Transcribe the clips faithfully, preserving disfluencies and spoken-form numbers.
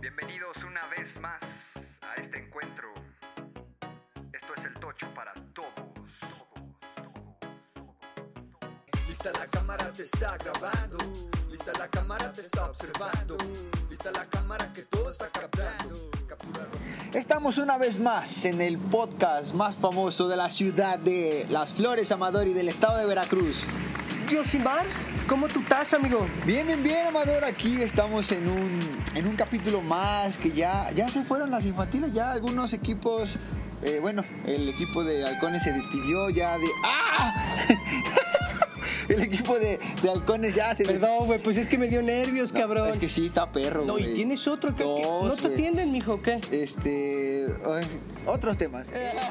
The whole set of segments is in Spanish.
Bienvenidos una vez más a este encuentro. Esto es el Tocho para todos. Lista la cámara, te está grabando. Lista la cámara, te está observando. Lista la cámara, que todo está captando. Estamos una vez más en el podcast más famoso de la ciudad de Las Flores, Amador, y del estado de Veracruz. Yosimar, ¿cómo tú estás, amigo? Bien, bien, bien, Amador. Aquí estamos en un, en un capítulo más que ya, ya se fueron las infantiles. Ya algunos equipos, eh, bueno, el equipo de Halcones se despidió ya de... ¡Ah! El equipo de, de Halcones ya se... Perdón, güey, pues es que me dio nervios, No, cabrón. Es que sí, está perro, No, güey. y tienes otro que, que Dos, no te güey. atienden, mijo, ¿qué? Este... ay, otros temas.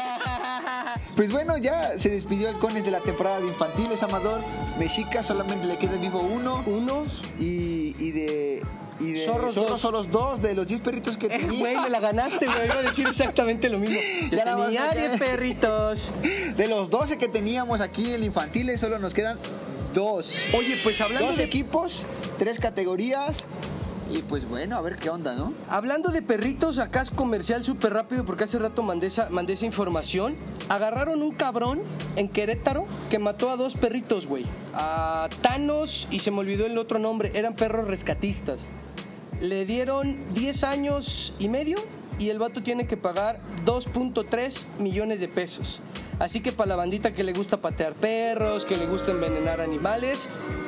Pues bueno, ya se despidió Halcones de la temporada de infantiles, Amador. Mexica solamente le queda vivo uno. Uno. Y, y de... Y de Zorros Zorros dos. son los dos de los diez perritos que Eh, tenía. güey, me la ganaste, güey. Iba a decir exactamente lo mismo. Yo Ya nada más tenía me quedé. diez perritos. De los doce que teníamos aquí en infantiles, solo nos quedan dos. Oye, pues hablando Dos de... equipos, tres categorías. Y pues bueno, a ver qué onda, ¿no? Hablando de perritos, acá es comercial súper rápido porque hace rato mandé esa, mandé esa información. Agarraron un cabrón en Querétaro que mató a dos perritos, güey. A Thanos y se me olvidó el otro nombre. Eran perros rescatistas. Le dieron diez años y medio y el vato tiene que pagar dos punto tres millones de pesos. Así que para la bandita que le gusta patear perros, que le gusta envenenar animales,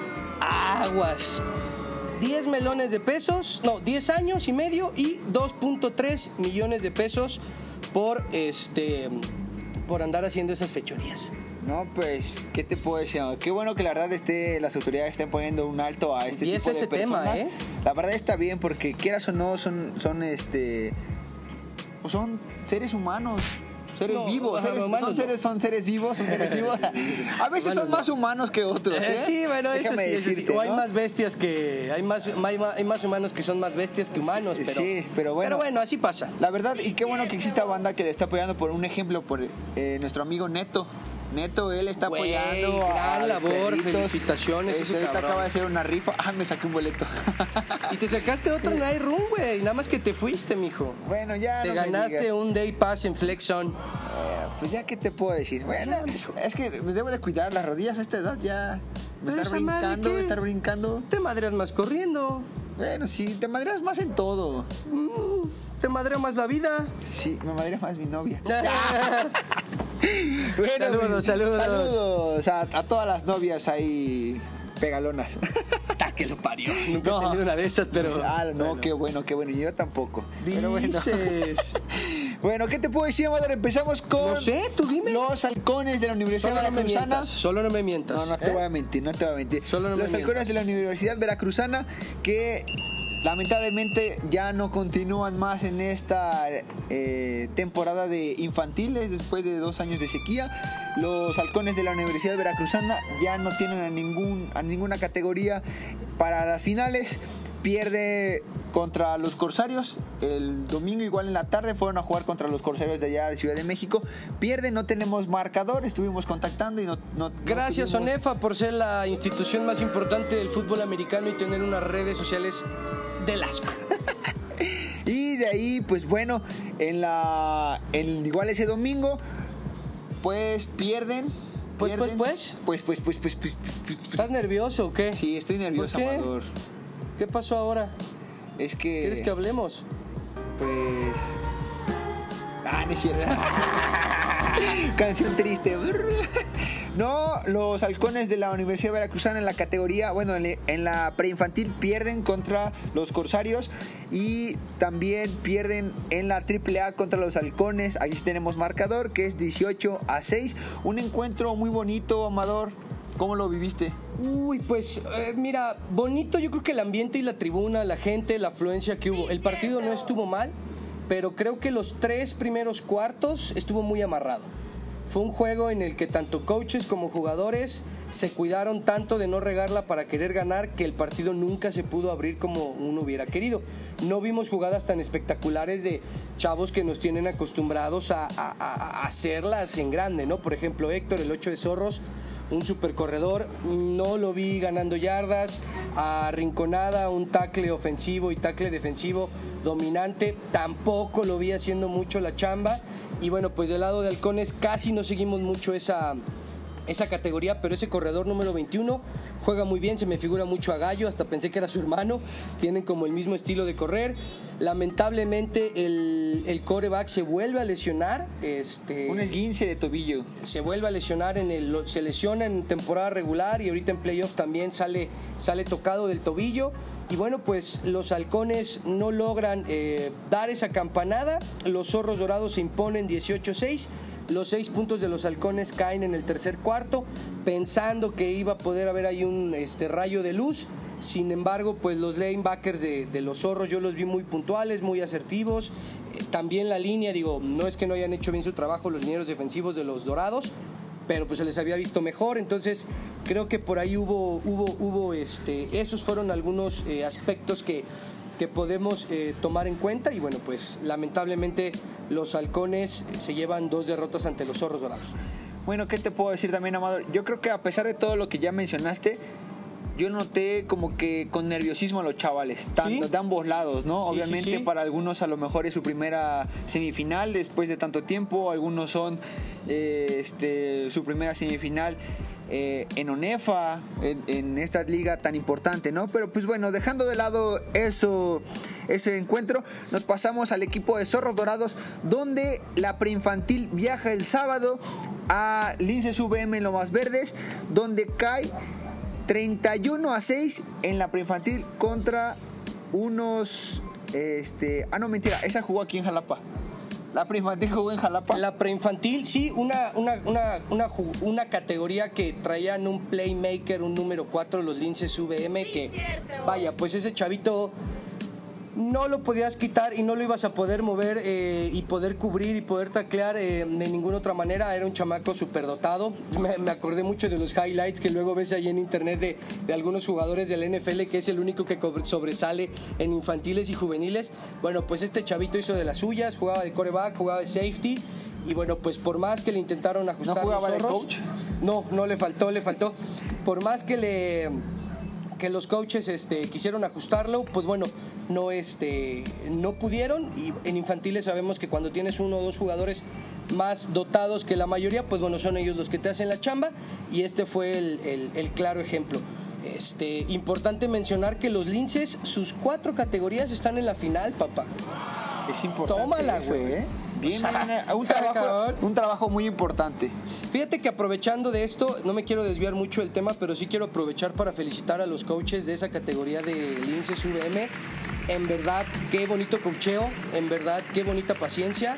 aguas. diez melones de pesos, no, diez años y medio y dos punto tres millones de pesos por este por andar haciendo esas fechorías. No, pues, ¿qué te puedo decir? Qué bueno que la verdad esté, las autoridades estén poniendo un alto a este Y tipo es de ese tema, personas. ¿eh? La verdad está bien porque quieras o no son, son este, pues son seres humanos. Seres No, vivos, ajá, seres, humanos, son, no. seres, son seres vivos, son seres vivos. A veces son Humanos, más no. humanos que otros, ¿eh? Eh, sí, bueno, eso Déjame sí, eso sí. decirte, O hay ¿no? más bestias que hay más hay más, hay más humanos que son más bestias que humanos, pero Sí, pero bueno. Pero bueno, así pasa. La verdad, y qué bueno que exista banda que le está apoyando. Por un ejemplo, por eh, nuestro amigo Neto. Neto, él está Güey, apoyando a gran los labor, perritos. felicitaciones, Este, ese ahorita cabrón. acaba de hacer una rifa. Ah, me saqué un boleto. Y te sacaste otro Night Room, güey, nada más que te fuiste, mijo. Bueno, ya Te no me ganaste digas. un Day Pass en Flexon. Eh, pues ya, ¿qué te puedo decir? Bueno, es que me debo de cuidar las rodillas a esta edad. Ya me Pero estar esa madre, brincando, ¿qué? estar brincando. Te madreas más corriendo. Bueno, sí, te madreas más en todo. Mm, te madrea más la vida. Sí, me madrea más mi novia. Bueno, Saludos, mi- saludos. Saludos a, a todas las novias ahí pegalonas. Ta que lo parió. Nunca No. he tenido una de esas, pero. Ah, no, bueno. qué bueno, qué bueno. Yo tampoco. Pero bueno. Dices. Bueno, ¿qué te puedo decir, Amador? Empezamos con No sé, tú dime. los Halcones de la Universidad Solo no me Veracruzana. mientas. Solo no me mientas. No, no te ¿eh? voy a mentir, no te voy a mentir. Solo no me los Halcones mientas. de la Universidad Veracruzana que lamentablemente ya no continúan más en esta eh, temporada de infantiles después de dos años de sequía. Los Halcones de la Universidad Veracruzana ya no tienen a, ningún, a ninguna categoría para las finales. Pierde contra los Corsarios el domingo, igual en la tarde fueron a jugar contra los Corsarios de allá de Ciudad de México. Pierde, no tenemos marcador, estuvimos contactando y no, no Gracias, no tuvimos- ONEFA, por ser la institución más importante del fútbol americano y tener unas redes sociales del asco. Y de ahí, pues bueno, en la en, igual ese domingo, pues pierden. Pues, pierden. pues, Pues, pues, pues, pues, pues, pues, pues. ¿Estás nervioso o qué? Sí, estoy nervioso, ¿Por qué? Amador. ¿Qué pasó ahora? Es que. ¿Quieres que hablemos? Pues. Ah, no es cierto. Canción triste. No, los Halcones de la Universidad Veracruzana en la categoría, bueno, en, en la preinfantil pierden contra los Corsarios y también pierden en la triple A contra los Halcones. Ahí sí tenemos marcador que es dieciocho a seis. Un encuentro muy bonito, Amador. ¿Cómo lo viviste? Uy, pues eh, mira, bonito yo creo que el ambiente y la tribuna, la gente, la afluencia que hubo. El partido no estuvo mal, pero creo que los tres primeros cuartos estuvo muy amarrado. Fue un juego en el que tanto coaches como jugadores se cuidaron tanto de no regarla para querer ganar que el partido nunca se pudo abrir como uno hubiera querido. No vimos jugadas tan espectaculares de chavos que nos tienen acostumbrados a, a, a hacerlas en grande, ¿no? Por ejemplo, Héctor, el ocho de Zorros, un supercorredor. No lo vi ganando yardas, arrinconada, un tackle ofensivo y tackle defensivo dominante. Tampoco lo vi haciendo mucho la chamba. Y bueno, pues del lado de Halcones casi no seguimos mucho esa, esa categoría, pero ese corredor número veintiuno juega muy bien, se me figura mucho a Gallo, hasta pensé que era su hermano. Tienen como el mismo estilo de correr. Lamentablemente el, el quarterback se vuelve a lesionar. Este, Un esguince de tobillo. Se vuelve a lesionar, en el, se lesiona en temporada regular y ahorita en playoff también sale, sale tocado del tobillo. Y bueno, pues los Halcones no logran eh, dar esa campanada. Los Zorros Dorados se imponen dieciocho a seis. Los seis puntos de los Halcones caen en el tercer cuarto, pensando que iba a poder haber ahí un este, rayo de luz. Sin embargo, pues los linebackers de, de los Zorros yo los vi muy puntuales, muy asertivos. Eh, también la línea, digo, no es que no hayan hecho bien su trabajo los linieros defensivos de los Dorados, pero pues se les había visto mejor. Entonces creo que por ahí hubo, hubo, hubo este, esos fueron algunos eh, aspectos que, que podemos eh, tomar en cuenta. Y bueno, pues lamentablemente los Halcones se llevan dos derrotas ante los Zorros Dorados. Bueno, ¿qué te puedo decir también, Amador? Yo creo que a pesar de todo lo que ya mencionaste, yo noté como que con nerviosismo a los chavales, tanto, ¿Sí? de ambos lados, ¿no? Sí, Obviamente sí, sí. para algunos a lo mejor es su primera semifinal después de tanto tiempo, algunos son eh, este, su primera semifinal eh, en ONEFA, en, en esta liga tan importante, ¿no? Pero pues bueno, dejando de lado eso, ese encuentro, nos pasamos al equipo de Zorros Dorados, donde la preinfantil viaja el sábado a Linces V M en Lomas Verdes, donde cae treinta y uno a seis en la preinfantil contra unos este ah no mentira, esa jugó aquí en Jalapa. La preinfantil jugó en Jalapa. La preinfantil, sí, una, una, una, una, una categoría que traían un playmaker, un número cuatro, los Linces V M, que vaya, pues ese chavito no lo podías quitar y no lo ibas a poder mover eh, y poder cubrir y poder taclear eh, de ninguna otra manera. Era un chamaco superdotado. Me, me acordé mucho de los highlights que luego ves ahí en internet de, de algunos jugadores del N F L, que es el único que sobresale en infantiles y juveniles. Bueno, pues este chavito hizo de las suyas, jugaba de quarterback, jugaba de safety. Y bueno, pues por más que le intentaron ajustar ¿No jugaba los de zorros, coach? No, no le faltó, le faltó. Por más que le que los coaches este, quisieron ajustarlo, pues bueno, no, este, no pudieron. Y en infantiles sabemos que cuando tienes uno o dos jugadores más dotados que la mayoría, pues bueno, son ellos los que te hacen la chamba. Y este fue el, el, el claro ejemplo. Este, importante mencionar que los Linces, sus cuatro categorías están en la final, papá. Es importante. Tómala, eso, güey. ¿eh? Bien, bien, un trabajo, un trabajo muy importante. Fíjate que aprovechando de esto, no me quiero desviar mucho del tema, pero sí quiero aprovechar para felicitar a los coaches de esa categoría de Linces V M. En verdad, qué bonito coacheo, en verdad, qué bonita paciencia.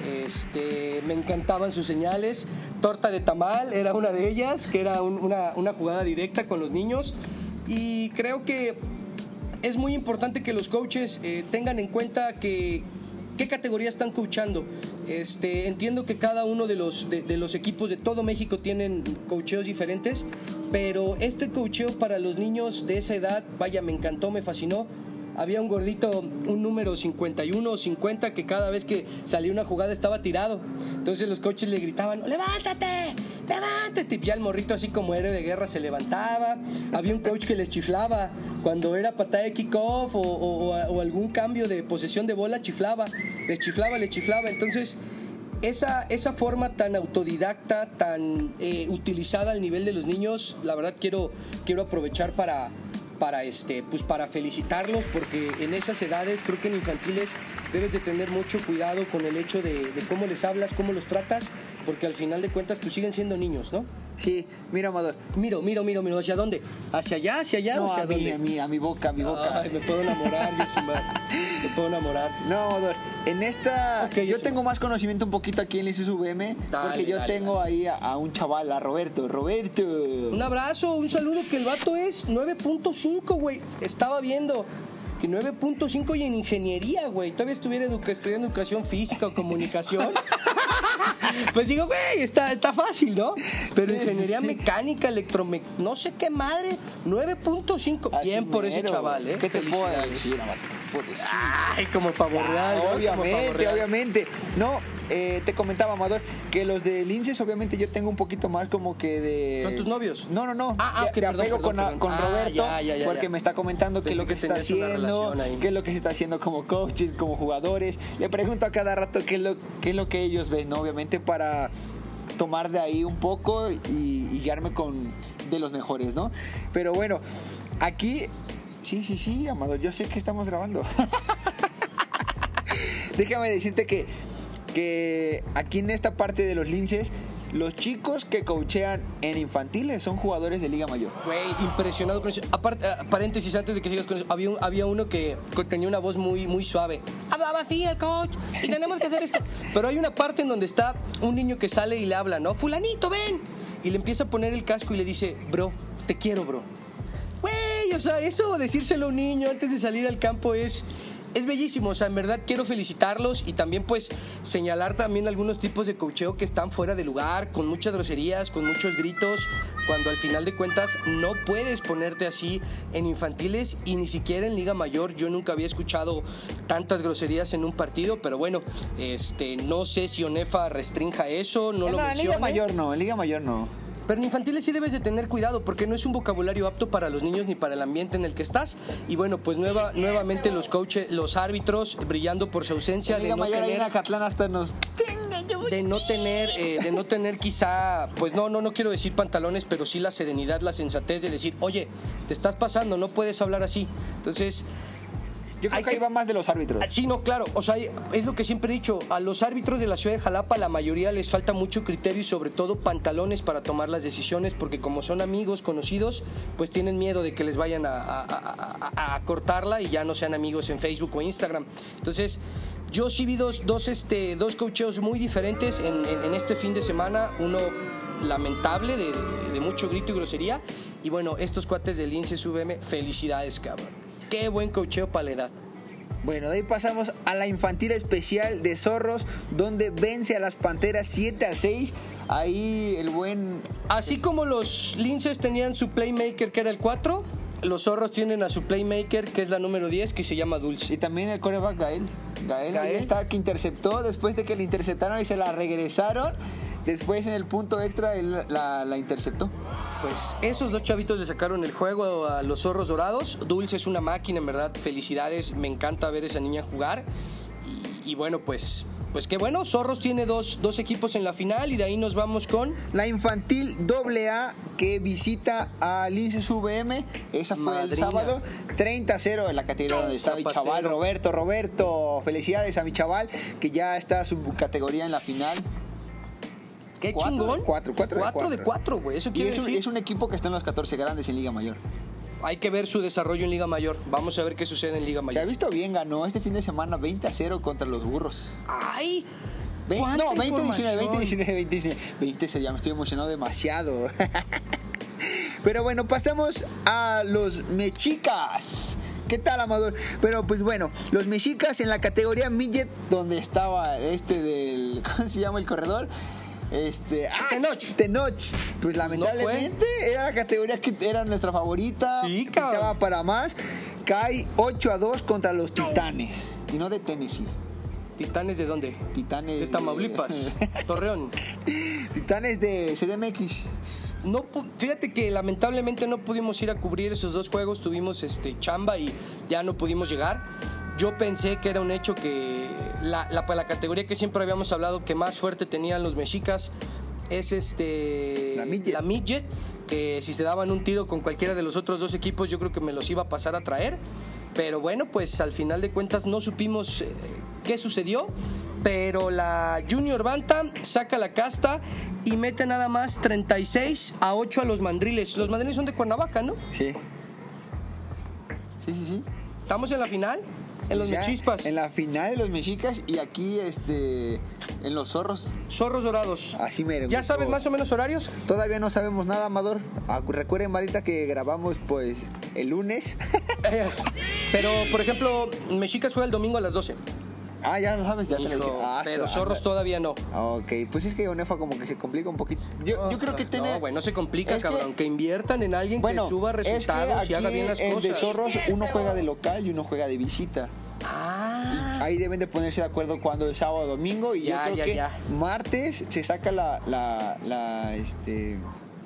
Este, me encantaban sus señales. Torta de tamal era una de ellas, que era un, una, una jugada directa con los niños. Y creo que es muy importante que los coaches eh, tengan en cuenta que qué categoría están coachando. Este, entiendo que cada uno de los, de, de los equipos de todo México tienen coacheos diferentes, pero este coacheo para los niños de esa edad, vaya, me encantó, me fascinó. Había un gordito, un número cincuenta y uno o cincuenta, que cada vez que salía una jugada estaba tirado. Entonces los coaches le gritaban, ¡levántate! ¡Levántate! Y ya el morrito, así como héroe de guerra, se levantaba. Había un coach que les chiflaba. Cuando era patada de kickoff o, o, o algún cambio de posesión de bola, chiflaba. Les chiflaba, les chiflaba. Entonces, esa, esa forma tan autodidacta, tan eh, utilizada al nivel de los niños, la verdad quiero, quiero aprovechar para... para este pues para felicitarlos, porque en esas edades, creo que en infantiles debes de tener mucho cuidado con el hecho de, de cómo les hablas, cómo los tratas, porque al final de cuentas pues siguen siendo niños, ¿no? Sí, mira, Amador. Miro, miro, miro, miro, ¿hacia dónde? ¿Hacia allá, hacia allá No, o hacia a mí, dónde? a mí, a mi boca, a mi boca. Ay, me puedo enamorar, Yosimar. Me puedo enamorar. No, Amador, en esta Ok, yo yo sí. tengo más conocimiento un poquito aquí en Linces V M, Dale, porque yo dale, tengo dale. ahí a, a un chaval, a Roberto. Roberto. Un abrazo, un saludo, que el vato es nueve punto cinco, güey. Estaba viendo que nueve punto cinco y en ingeniería, güey. Todavía estuviera educa- estudiando educación física o comunicación. Pues digo, güey, está, está fácil, ¿no? Pero Sí, ingeniería sí. mecánica, electromec... no sé qué madre, nueve punto cinco. Así Bien por ese mero. chaval, ¿eh? ¿Qué te puedo Felicidades. decir, Amador? ¿Qué te puedo decir? Ay, como pavo real, ¿no? Como pavo Obviamente, real. obviamente. No, eh, te comentaba, Amador, que los de Linces, obviamente yo tengo un poquito más como que de... ¿Son tus novios? No, no, no. Ah, ah, de, ok, de perdón, apego perdón, con, perdón. con Ah, Roberto, ya, ya, ya, porque ya. me está comentando qué es Pensé lo que, que se está tenías una haciendo, relación ahí. qué es lo que se está haciendo como coaches, como jugadores. Le pregunto a cada rato qué es lo, qué es lo que ellos ven, ¿no? Obviamente para tomar de ahí un poco y, y guiarme con de los mejores, ¿no? Pero bueno, aquí... Sí, sí, sí, Amado, yo sé que estamos grabando. Déjame decirte que, que aquí en esta parte de los Linces, los chicos que coachean en infantiles son jugadores de Liga Mayor. Güey, impresionado con eso. Aparte, ah, paréntesis, antes de que sigas con eso, había, un, había uno que tenía una voz muy, muy suave. Hablaba así el coach y tenemos que hacer esto. Pero hay una parte en donde está un niño que sale y le habla, ¿no? Fulanito, ven. Y le empieza a poner el casco y le dice, bro, te quiero, bro. Güey, o sea, eso decírselo a un niño antes de salir al campo es... Es bellísimo, o sea, en verdad quiero felicitarlos y también pues señalar también algunos tipos de coacheo que están fuera de lugar, con muchas groserías, con muchos gritos, cuando al final de cuentas no puedes ponerte así en infantiles y ni siquiera en Liga Mayor. Yo nunca había escuchado tantas groserías en un partido, pero bueno, este, no sé si ONEFA restrinja eso, no, No, lo en mencione. Liga Mayor no, en Liga Mayor no. Pero en infantiles sí debes de tener cuidado porque no es un vocabulario apto para los niños ni para el ambiente en el que estás. Y bueno, pues nueva, nuevamente los coaches, los árbitros brillando por su ausencia En de Liga no Mayor ahí en tener, Acatlán hasta nos... de no tener, eh, de no tener quizá, pues no, no, no quiero decir pantalones, pero sí la serenidad, la sensatez de decir, oye, te estás pasando, no puedes hablar así. Entonces, Yo creo hay que ahí que- va más de los árbitros. sí, no, claro, o sea, es lo que siempre he dicho, a los árbitros de la ciudad de Jalapa, la mayoría les falta mucho criterio y sobre todo pantalones para tomar las decisiones, porque como son amigos, conocidos, pues tienen miedo de que les vayan a, a- a- a- a cortarla y ya no sean amigos en Facebook o Instagram. Entonces, yo sí vi dos, dos, este, dos coacheos muy diferentes en, en- en este fin de semana, uno lamentable, de, de- de mucho grito y grosería, y bueno, estos cuates del Linces V M, felicidades, cabrón. Qué buen coacheo para la edad. Bueno, de ahí pasamos a la infantil especial de Zorros, donde vence a las Panteras siete a seis. Ahí el buen... Así como los Linces tenían su playmaker que era el cuatro, los Zorros tienen a su playmaker que es la número diez que se llama Dulce. Y también el coreback Gael. Gael, ahí Gael. está, que interceptó después de que le interceptaron y se la regresaron. Después en el punto extra él la, la interceptó. Pues esos dos chavitos le sacaron el juego a los Zorros Dorados. Dulce es una máquina, en verdad, felicidades, me encanta ver a esa niña jugar. Y, y bueno, pues, pues qué bueno, Zorros tiene dos, dos equipos en la final y de ahí nos vamos con... La infantil doble A que visita a Linces V M. Esa fue Madrina. el sábado. treinta a cero en la categoría donde está mi Zapatero. chaval Roberto. Roberto, felicidades a mi chaval que ya está su categoría en la final. ¡Qué Cuatro chingón! de cuatro, cuatro de Cuatro de cuatro. cuatro, güey, eso Y quiere es un, decir... es un equipo que está en los catorce grandes en Liga Mayor. Hay que ver su desarrollo en Liga Mayor. Vamos a ver qué sucede en Liga Se ha Mayor. visto bien, ganó este fin de semana veinte a cero contra los burros. ¡Ay! Ve- ¿Cuánta no, veinte a diecinueve, veinte a información? diecinueve, veinte a diecinueve. veinte se ya me estoy emocionado demasiado. Pero bueno, pasamos a los mexicas. ¿Qué tal, Amador? Pero pues bueno, los mexicas en la categoría midget, donde estaba este del... ¿Cómo se llama el corredor? Este... ¡Ah! Tenoch. Tenoch. Pues lamentablemente era la categoría que era nuestra favorita. Sí, cabrón. Pintaba para más. Cae ocho a dos contra los Titanes. Y no de Tennessee. ¿Titanes de dónde? Titanes De Tamaulipas, Torreón. Titanes de C D M X. No, pu- fíjate que lamentablemente no pudimos ir a cubrir esos dos juegos, tuvimos este chamba y ya no pudimos llegar. Yo pensé que era un hecho que la, la, la categoría que siempre habíamos hablado que más fuerte tenían los mexicas es este La midget. la midget, que si se daban un tiro con cualquiera de los otros dos equipos yo creo que me los iba a pasar a traer. Pero bueno, pues al final de cuentas no supimos eh, qué sucedió. Pero la Junior Bantam saca la casta y mete nada más treinta y seis a ocho a los mandriles. Los mandriles son de Cuernavaca, ¿no? Sí. Sí, sí, sí. Estamos en la final, en los Ya mechispas. En la final de los mexicas y aquí este en los zorros. Zorros Dorados. Así mero. ¿Ya sabes más o menos horarios? Todavía no sabemos nada, Amador. Ah, recuerden, Marita, que grabamos pues el lunes. Eh, Pero, por ejemplo, Mexicas juega el domingo a las doce. Ah, ya lo sabes, ya te lo dije. Hijo, Ah, pero so- Zorros todavía no. Ok, pues es que Onefa como que se complica un poquito. Yo, yo creo que tiene... No, güey, no se complica, es que- cabrón. Que inviertan en alguien Bueno, que suba es que resultados y haga aquí bien las en cosas. de Zorros uno juega de local y uno juega de visita. Ah, Ah. Ahí deben de ponerse de acuerdo cuando es sábado o domingo. Y Ya, yo creo ya, que ya. martes se saca la, la, la, este,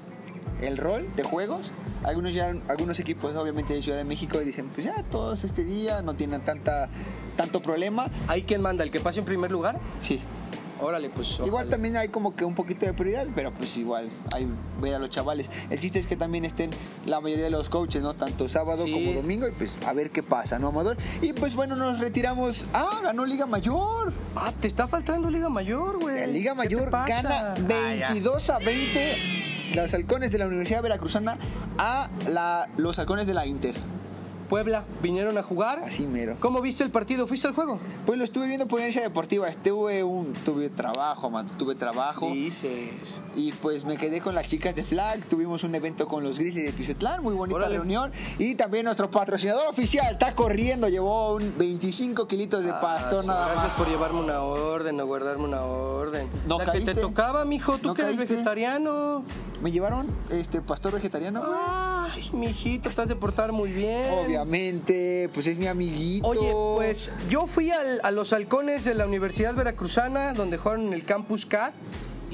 el rol de juegos. Algunos ya, algunos equipos obviamente de Ciudad de México dicen, pues ya todos este día no tienen tanta, tanto problema. ¿Ahí quién manda? ¿El que pase en primer lugar? Sí. Órale, pues. Igual ojalá. también hay como que un poquito de prioridad, pero pues igual hay ver a los chavales. El chiste es que también estén la mayoría de los coaches, ¿no? Tanto sábado Sí. como domingo y pues a ver qué pasa, ¿no, Amador? Y pues bueno, nos retiramos. Ah, ganó Liga Mayor. Ah, te está faltando Liga Mayor, güey. La Liga ¿Qué Mayor te pasa? gana Ah, ya. veintidós a veinte los halcones de la Universidad Veracruzana a la, los halcones de la Inter. Puebla, vinieron a jugar. Así mero. ¿Cómo viste el partido? ¿Fuiste al juego? Pues lo estuve viendo por inercia deportiva. Estuve un, tuve trabajo, man, tuve trabajo. Dices. Y pues me quedé con las chicas de Flag. Tuvimos un evento con los Grizzlies de Tizetlán, muy bonita Órale. reunión. Y también nuestro patrocinador oficial está corriendo, llevó un veinticinco kilitos de pastor Ah, nada gracias más. por llevarme una orden o guardarme una orden. ¿No La que caíste? te tocaba, mijo, tú ¿No que eres caíste? vegetariano. Me llevaron este pastor vegetariano. Ay, mijito, estás de portar muy bien. Obviamente, pues es mi amiguito. Oye, pues yo fui al- a los halcones de la Universidad Veracruzana, donde jugaron en el Campus C A R,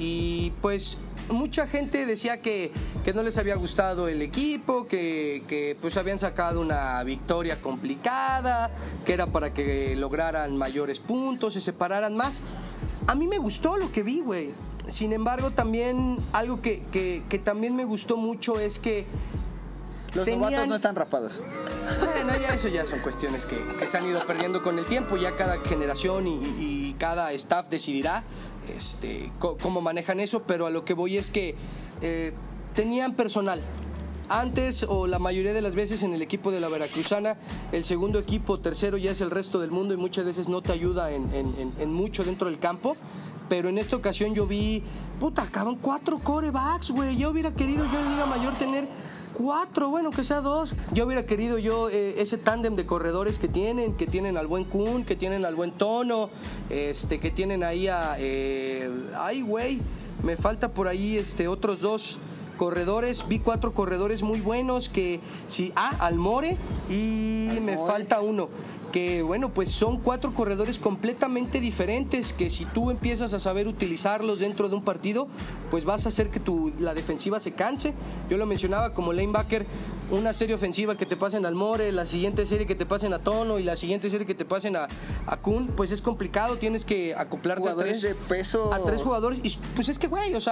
y pues mucha gente decía que, que no les había gustado el equipo, que, que pues habían sacado una victoria complicada, que era para que lograran mayores puntos, se separaran más. A mí me gustó lo que vi, güey. Sin embargo, también algo que, que, que también me gustó mucho es que los tenían- novatos no están rapados. bueno, ya eso ya son cuestiones que, que se han ido perdiendo con el tiempo. Ya cada generación y, y cada staff decidirá este, co- cómo manejan eso, pero a lo que voy es que eh, tenían personal. Antes, o la mayoría de las veces en el equipo de la Veracruzana, el segundo equipo, tercero ya es el resto del mundo y muchas veces no te ayuda en, en- en- en mucho dentro del campo. Pero en esta ocasión yo vi, puta, cabrón, cuatro corebacks, güey. Yo hubiera querido yo en Liga Mayor tener cuatro, bueno, que sea dos. Yo hubiera querido yo eh, ese tándem de corredores que tienen, que tienen al buen Kun, que tienen al buen Tono, este, que tienen ahí a... Eh, ay, güey, me falta por ahí este, otros dos corredores. Vi cuatro corredores muy buenos que... Sí, ah, Almore y me Almore. falta uno. Que bueno, pues son cuatro corredores completamente diferentes que si tú empiezas a saber utilizarlos dentro de un partido, pues vas a hacer que tu, la defensiva se canse. Yo lo mencionaba como linebacker, una serie ofensiva que te pasen al More, la siguiente serie que te pasen a Tono y la siguiente serie que te pasen a, a Kun, pues es complicado, tienes que acoplarte a Jugadores tres, de peso. a tres jugadores. Y pues es que, güey, o sea...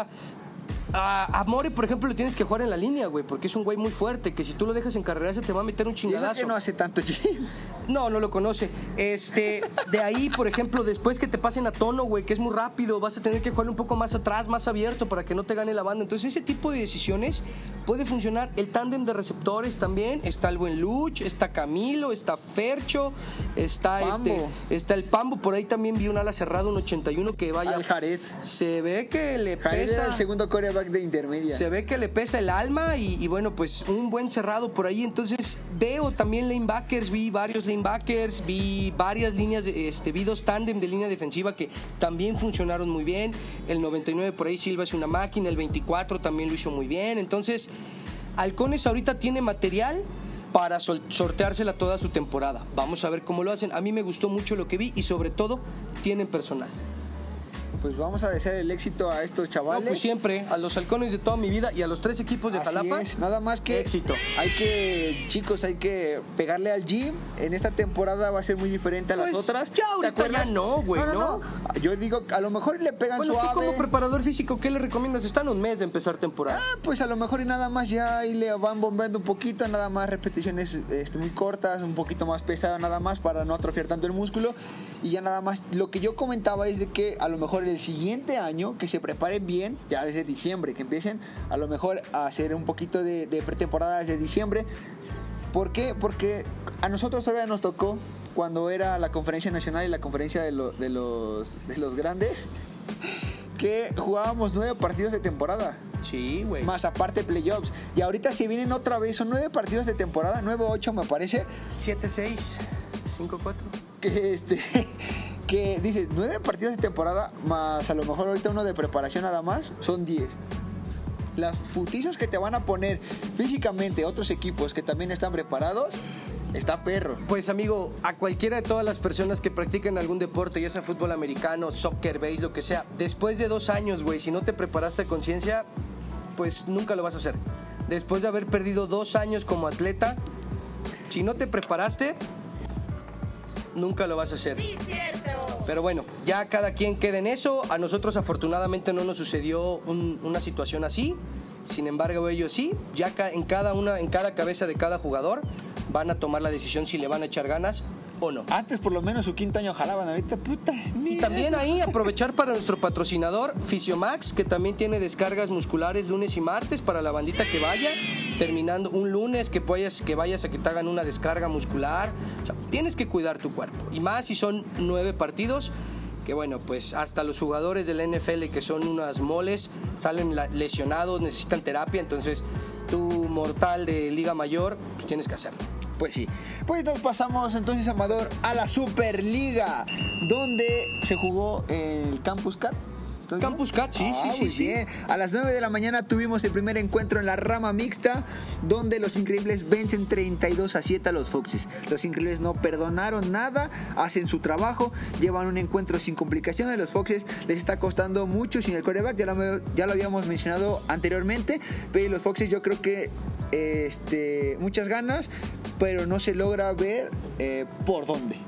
A, a More, por ejemplo, le tienes que jugar en la línea, güey, porque es un güey muy fuerte, que si tú lo dejas encarrerarse te va a meter un Y eso chingadazo. que no hace tanto gym. No, no lo conoce. Este, de ahí, por ejemplo, después que te pasen a Tono, güey, que es muy rápido, vas a tener que jugar un poco más atrás, más abierto para que no te gane la banda. Entonces, ese tipo de decisiones puede funcionar. El tándem de receptores también. Está el buen Luch, está Camilo, está Fercho, está Pambo. este, está el Pambo. Por ahí también vi un ala cerrada, un ochenta y uno que vaya. Al Jared. Se ve que le Jared era pesa. el segundo coreback de intermedia. Se ve que le pesa el alma y, y bueno, pues un buen cerrado por ahí. Entonces veo también linebackers, vi varios linebackers, vi varias líneas, de, este, vi dos tándem de línea defensiva que también funcionaron muy bien. El noventa y nueve por ahí Silva es una máquina, el veinticuatro también lo hizo muy bien. Entonces, Halcones ahorita tiene material para sol- sorteársela toda su temporada. Vamos a ver cómo lo hacen. A mí me gustó mucho lo que vi y sobre todo tienen personal. Pues vamos a desear el éxito a estos chavales. No, pues siempre, a los Halcones de toda mi vida y a los tres equipos de Así Jalapa. es, nada más que éxito. hay que, chicos, hay que pegarle al gym. En esta temporada va a ser muy diferente a las Pues, otras. ya ¿Te ahorita acuerdas? ya no, güey, ¿no? Yo digo, a lo mejor le pegan Bueno, tú suave. como preparador físico, ¿qué le recomiendas? Están a un mes de empezar temporada. Ah, pues a lo mejor y nada más ya ahí le van bombeando un poquito, nada más repeticiones este, muy cortas, un poquito más pesada nada más para no atrofiar tanto el músculo. Y ya nada más, lo que yo comentaba es de que a lo mejor el siguiente año que se preparen bien, ya desde diciembre, que empiecen a lo mejor a hacer un poquito de, de pretemporada desde diciembre. ¿Por qué? Porque a nosotros todavía nos tocó cuando era la conferencia nacional y la conferencia de, lo- de, los, de los grandes, que jugábamos nueve partidos de temporada. Sí, güey. Más aparte playoffs. Y ahorita se vienen otra vez, son nueve partidos de temporada, nueve ocho me parece, siete seis, cinco cuatro. que este que dices, nueve partidos de temporada más a lo mejor ahorita uno de preparación nada más, son diez. Las putizas que te van a poner físicamente otros equipos que también están preparados, Está perro. Pues amigo, a cualquiera de todas las personas que practican algún deporte, ya sea fútbol americano, soccer, base, lo que sea, después de dos años, güey, si no te preparaste a conciencia, pues nunca lo vas a hacer. Después de haber perdido dos años como atleta, si no te preparaste, nunca lo vas a hacer. Sí, cierto. Pero bueno, ya cada quien queda en eso. A nosotros afortunadamente no nos sucedió un, una situación así. Sin embargo, ellos sí. Ya ca- en cada una, en cada cabeza de cada jugador van a tomar la decisión si le van a echar ganas o no. Antes por lo menos su quinto año jalaban, ahorita puta. Y también eso. ahí aprovechar para nuestro patrocinador Fisiomax, que también tiene descargas musculares lunes y martes para la bandita que vaya, terminando un lunes que vayas, que vayas a que te hagan una descarga muscular. O sea, tienes que cuidar tu cuerpo. Y más si son nueve partidos, que bueno, pues hasta los jugadores de la N F L que son unas moles, salen la- lesionados, necesitan terapia, entonces tú mortal de Liga Mayor, pues tienes que hacerlo. Pues sí. Pues nos pasamos entonces, Amador, a la Superliga, donde se jugó el Campus Cat. ¿Estás bien? Campus Cat, sí, Ah, sí, muy sí, bien. A las nueve de la mañana tuvimos el primer encuentro en la rama mixta, donde los Increíbles vencen treinta y dos a siete a los Foxes. Los Increíbles no perdonaron nada, hacen su trabajo, llevan un encuentro sin complicaciones. Los Foxes les está costando mucho sin el quarterback, ya lo, ya lo habíamos mencionado anteriormente, pero los Foxes yo creo que este, muchas ganas, pero no se logra ver eh, por dónde.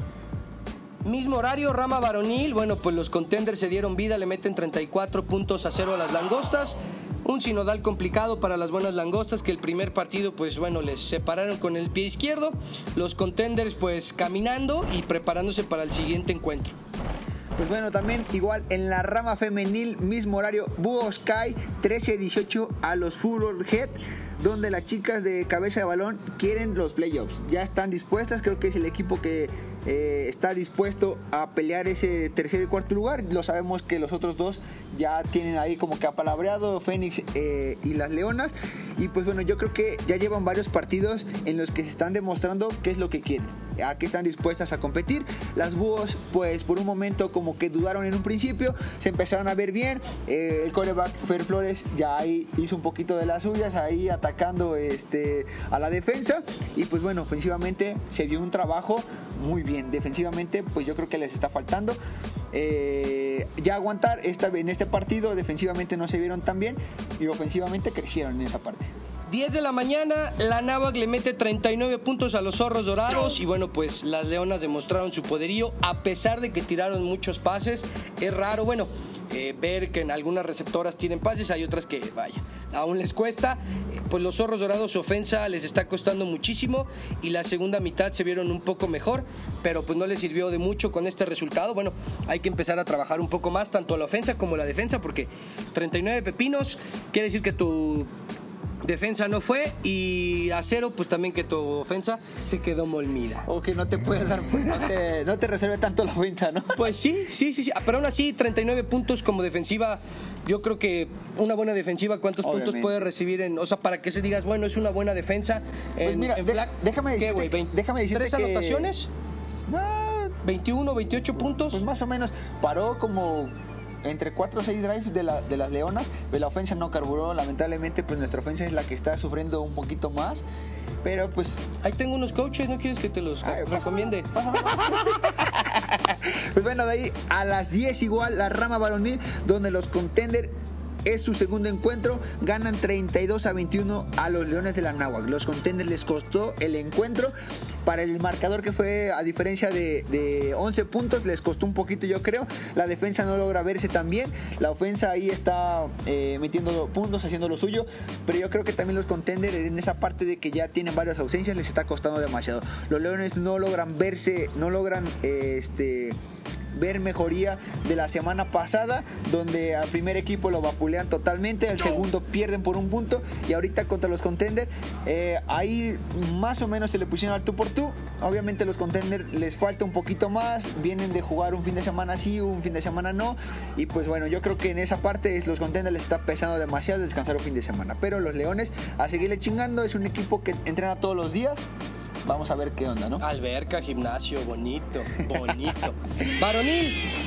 Mismo horario, rama varonil. Bueno, pues los contenders se dieron vida, le meten treinta y cuatro puntos a cero a las langostas. Un sinodal complicado para las buenas langostas, que el primer partido, pues bueno, les separaron con el pie izquierdo. Los contenders, pues caminando y preparándose para el siguiente encuentro. Pues bueno, también igual en la rama femenil, mismo horario, Búhos Sky trece a dieciocho a los Fútbol Head, donde las chicas de cabeza de balón quieren los playoffs. Ya están dispuestas, creo que es el equipo que eh, está dispuesto a pelear ese tercer y cuarto lugar. Lo sabemos que los otros dos ya tienen ahí como que apalabreado, Fénix eh, y las Leonas. Y pues bueno, yo creo que ya llevan varios partidos en los que se están demostrando qué es lo que quieren, a qué están dispuestas a competir. Las Búhos, pues por un momento como que dudaron en un principio, se empezaron a ver bien. Eh, el quarterback Fer Flores ya ahí hizo un poquito de las suyas, ahí atacando este, a la defensa. Y pues bueno, ofensivamente se vio un trabajo muy bien. Defensivamente, pues yo creo que les está faltando eh, ya aguantar. Esta, en este partido defensivamente no se vieron tan bien y ofensivamente crecieron en esa parte. diez de la mañana, la Náhuac le mete treinta y nueve puntos a los Zorros Dorados y bueno, pues las Leonas demostraron su poderío a pesar de que tiraron muchos pases. Es raro, bueno, eh, ver que en algunas receptoras tienen pases, hay otras que, vaya, aún les cuesta. Eh, pues los Zorros Dorados, su ofensa les está costando muchísimo y la segunda mitad se vieron un poco mejor, pero pues no les sirvió de mucho con este resultado. Bueno, hay que empezar a trabajar un poco más, tanto la ofensa como la defensa, porque treinta y nueve pepinos quiere decir que tu defensa no fue, y a cero, pues también que tu ofensa se quedó molmida. O que no te puede dar, pues, no te, no te reserve tanto la ofensa, ¿no? Pues sí, sí, sí, sí. Pero aún así, treinta y nueve puntos como defensiva. Yo creo que una buena defensiva, ¿cuántos Obviamente. puntos puede recibir en, o sea, para que se digas, bueno, es una buena defensa en, Pues mira, en de- flag? déjame ¿Qué, decirte güey? que- déjame decirte ¿Tres que- anotaciones? Ah, ¿veintiuno, veintiocho puntos? pues más o menos paró como entre cuatro o seis drives de, la, de las Leonas, pero la ofensa no carburó. Lamentablemente, pues nuestra ofensa es la que está sufriendo un poquito más, pero pues Ahí tengo unos coaches, ¿no quieres que te los Ay, pásame, recomiende? pues bueno, de ahí a las diez igual la rama varonil, donde los contenders es su segundo encuentro, ganan treinta y dos a veintiuno a los Leones de la Náhuac. Los contenders les costó el encuentro, para el marcador que fue a diferencia de, de once puntos, les costó un poquito, yo creo. La defensa no logra verse tan bien, la ofensa ahí está eh, metiendo puntos, haciendo lo suyo, pero yo creo que también los contenders en esa parte de que ya tienen varias ausencias les está costando demasiado. Los Leones no logran verse, no logran eh, este ver mejoría de la semana pasada, donde al primer equipo lo vapulean totalmente, al segundo pierden por un punto, y ahorita contra los contenders eh, ahí más o menos se le pusieron al tú por tú. Obviamente los contenders les falta un poquito más, vienen de jugar un fin de semana sí, un fin de semana no, y pues bueno, yo creo que en esa parte los contenders les está pesando demasiado descansar un fin de semana, pero los Leones a seguirle chingando. Es un equipo que entrena todos los días. Vamos a ver qué onda, ¿no? Alberca, gimnasio, bonito, bonito. Varonil,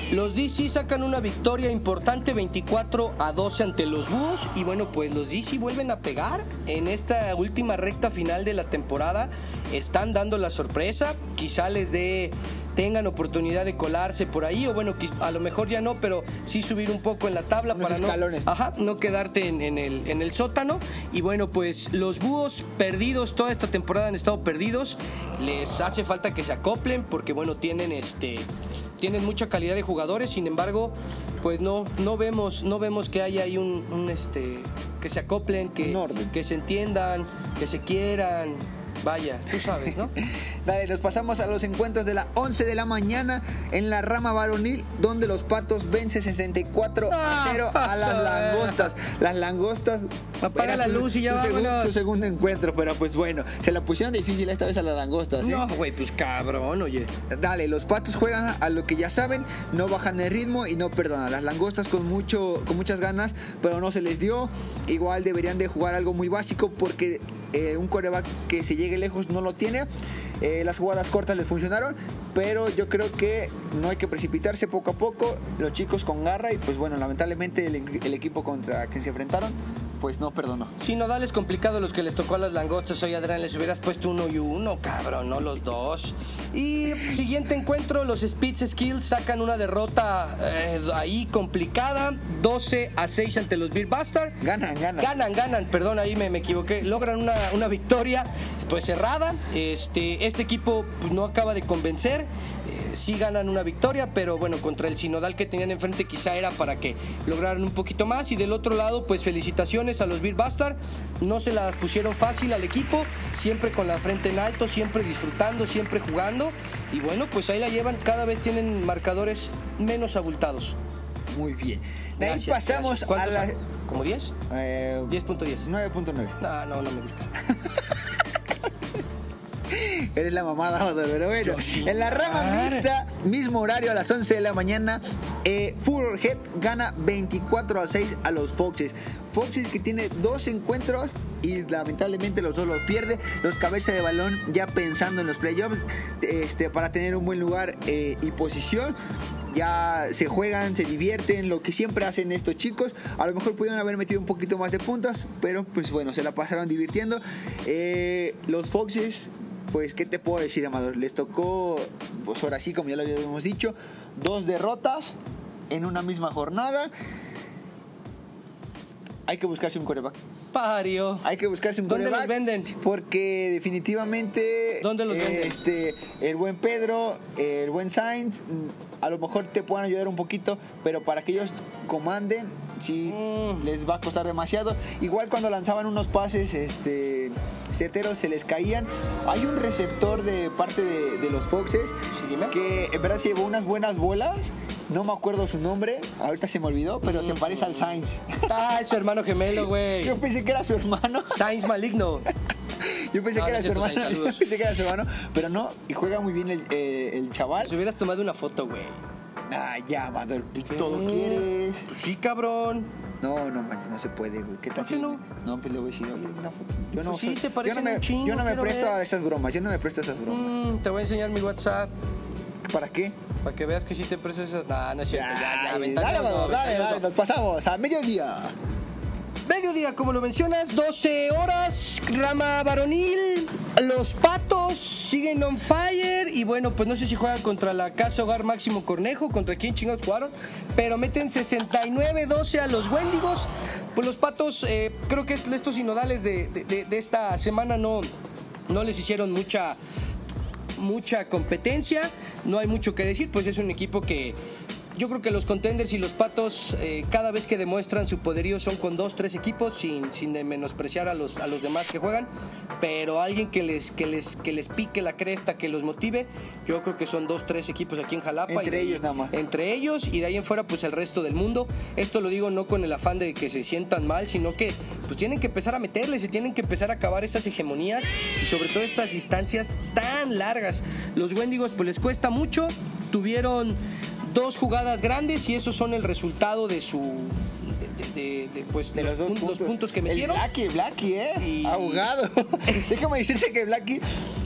Los D C sacan una victoria importante, veinticuatro a doce ante los Búhos. Y bueno, pues los D C vuelven a pegar en esta última recta final de la temporada. Están dando la sorpresa. Quizá les dé, tengan oportunidad de colarse por ahí. O bueno, a lo mejor ya no, pero sí subir un poco en la tabla. Unos para escalones. no, ajá, no quedarte en, en, el, en el sótano. Y bueno, pues los Búhos perdidos, toda esta temporada han estado perdidos. Les hace falta que se acoplen porque bueno, tienen este... tienen mucha calidad de jugadores, sin embargo, pues no, no vemos, no vemos que haya ahí un, un este, que se acoplen, que, que se entiendan, que se quieran. Vaya, tú sabes, ¿no? Dale, nos pasamos a los encuentros de la once de la mañana en la rama varonil, donde los Patos vencen sesenta y cuatro a cero a las Langostas. Las Langostas... Apaga la luz y ya su, vámonos. Segun, su segundo encuentro, pero pues bueno, se la pusieron difícil esta vez a las Langostas, ¿eh? No, güey, pues cabrón, oye. Dale, los Patos juegan a lo que ya saben, no bajan el ritmo y no perdonan. Las Langostas con, mucho, con muchas ganas, pero no se les dio. Igual deberían de jugar algo muy básico porque eh, un quarterback que se llegue lejos no lo tiene. Eh, las jugadas cortas les funcionaron, pero yo creo que no hay que precipitarse, poco a poco, los chicos con garra, y pues bueno, lamentablemente el, el equipo contra quien se enfrentaron pues no perdonó. Sí, nodales complicados los que les tocó a las Langostas. Oye, Adrián, les hubieras puesto uno y uno, cabrón, no los dos. Y siguiente encuentro, los Spitz Skills sacan una derrota eh, ahí complicada, doce a seis ante los Beer Bastard. Ganan, ganan. Ganan, ganan, perdón, ahí me, me equivoqué. Logran una, una victoria pues cerrada. Este, este equipo pues, no acaba de convencer. Eh, sí ganan una victoria, pero bueno, contra el sinodal que tenían enfrente quizá era para que lograran un poquito más. Y del otro lado, pues felicitaciones a los Beer Bastard. No se la pusieron fácil al equipo, siempre con la frente en alto, siempre disfrutando, siempre jugando. Y bueno, pues ahí la llevan, cada vez tienen marcadores menos abultados. Muy bien. De ahí Gracias, pasamos gracias. a la... son? ¿Como diez? Eh, diez punto diez. nueve punto nueve. No, no, no me gusta. Eres la mamada, pero bueno. Sí, en la rama madre. mixta, mismo horario a las once de la mañana, eh, Furor Head gana veinticuatro a seis a los Foxes. Foxes que tiene dos encuentros y lamentablemente los dos los pierde. Los cabezas de balón ya pensando en los playoffs este, para tener un buen lugar eh, y posición. Ya se juegan, se divierten, lo que siempre hacen estos chicos. A lo mejor pudieron haber metido un poquito más de puntos, pero pues bueno, se la pasaron divirtiendo. Eh, los Foxes, pues qué te puedo decir, Amador, les tocó, pues ahora sí, como ya lo habíamos dicho, dos derrotas en una misma jornada. Hay que buscarse un quarterback. Pario. Hay que buscarse un ¿Dónde quarterback. los venden? Porque definitivamente... ¿Dónde los eh, venden? Este, el buen Pedro, el buen Sainz, a lo mejor te puedan ayudar un poquito, pero para que ellos comanden, sí, Mm. les va a costar demasiado. Igual cuando lanzaban unos pases este, certeros, se les caían. Hay un receptor de parte de, de los Foxes Sí, dime. que en verdad se llevó unas buenas bolas. No me acuerdo su nombre, ahorita se me olvidó, pero se parece al Sainz. Ah, es su hermano gemelo, güey. Yo pensé que era su hermano. Sainz maligno. Yo pensé No, que no era es su cierto, hermano. Sainz, saludos. Yo pensé que era su hermano, pero no. Y juega muy bien el, eh, el chaval. Si hubieras tomado una foto, güey. Ah, ya, Amador, todo quieres. Pues sí, cabrón. No, no manches, no se puede, güey. ¿Qué tal? ¿Por qué si- no? No, pues le voy a decir, oye, una foto. Yo no Pues sí, soy- se yo parecen no me, un chingo, Yo no me quiero presto ver. a esas bromas. Yo no me presto a esas bromas. Mm, te voy a enseñar mi WhatsApp ¿Para qué? para que veas que sí te prestas esas. Nah, no es cierto. Ya, ya, Ay, ventaneos dale, no, Amador, dale, ventaneos dale. no. Nos pasamos a mediodía. Mediodía, como lo mencionas, doce horas, rama varonil. Los Patos siguen on fire. Y bueno, pues no sé si juegan contra la Casa Hogar Máximo Cornejo, contra quién chingados jugaron, pero meten sesenta y nueve doce a los Wendigos. Pues los Patos, eh, creo que estos sinodales de, de, de- de esta semana no, no les hicieron mucha, mucha competencia. No hay mucho que decir, pues es un equipo que... Yo creo que los contenders y los Patos eh, cada vez que demuestran su poderío son con dos, tres equipos sin, sin de menospreciar a los, a los demás que juegan, pero alguien que les, que, les, que les pique la cresta, que los motive, yo creo que son dos, tres equipos aquí en Jalapa. Entre y de ahí- ellos nada más. Entre ellos y de ahí en fuera pues el resto del mundo. Esto lo digo no con el afán de que se sientan mal, sino que pues tienen que empezar a meterle, se tienen que empezar a acabar esas hegemonías y sobre todo estas distancias tan largas. Los Wendigos pues les cuesta mucho, tuvieron dos jugadas grandes y esos son el resultado de su de, de- de- de, pues De los, los dos pun- los puntos. puntos que El metieron. Blacky, Blacky, eh. Y- Ahogado. Déjame decirte que Blacky